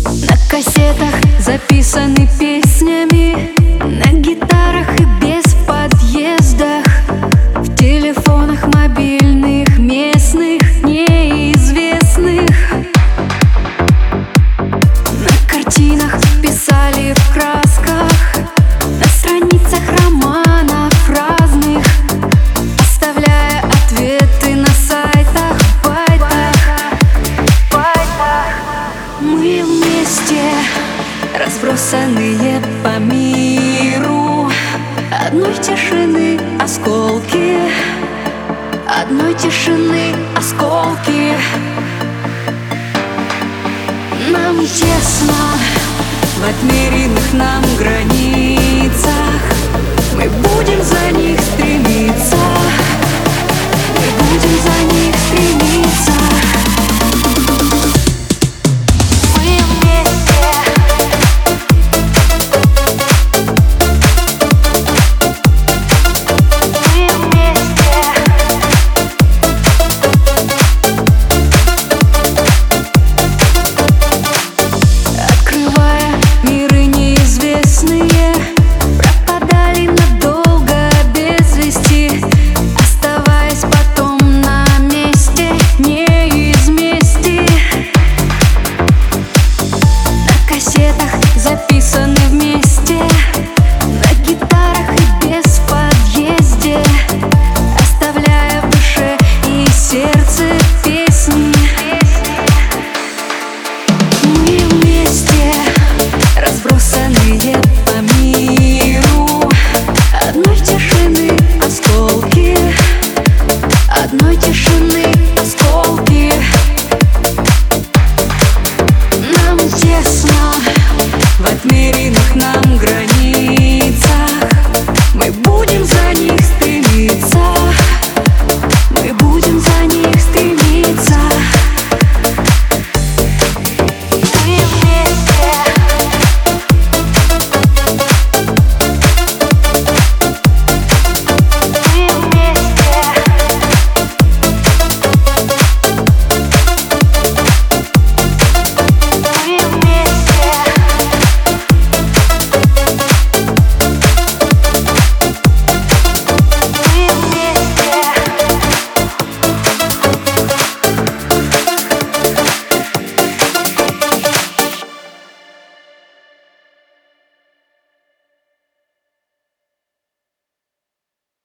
На кассетах записаны песнями, на гитарах и без в подъездах, в телефонах мобильных, местных, неизвестных. На картинах писали в красках, на страницах романов разных, оставляя ответы на сайтах, байтах. Мы вместе, разбросанные по миру, одной тишины осколки, одной тишины осколки. Нам тесно в отмеренных нам границах, мы будем за них стремиться, мы будем за них стремиться. Записаны вместе, на гитарах и без в подъезде, оставляя в душе и сердце песни. Мы вместе, разбросанные по миру, одной тишины осколки, одной тишины осколки. Нам тесно в отмеренных нам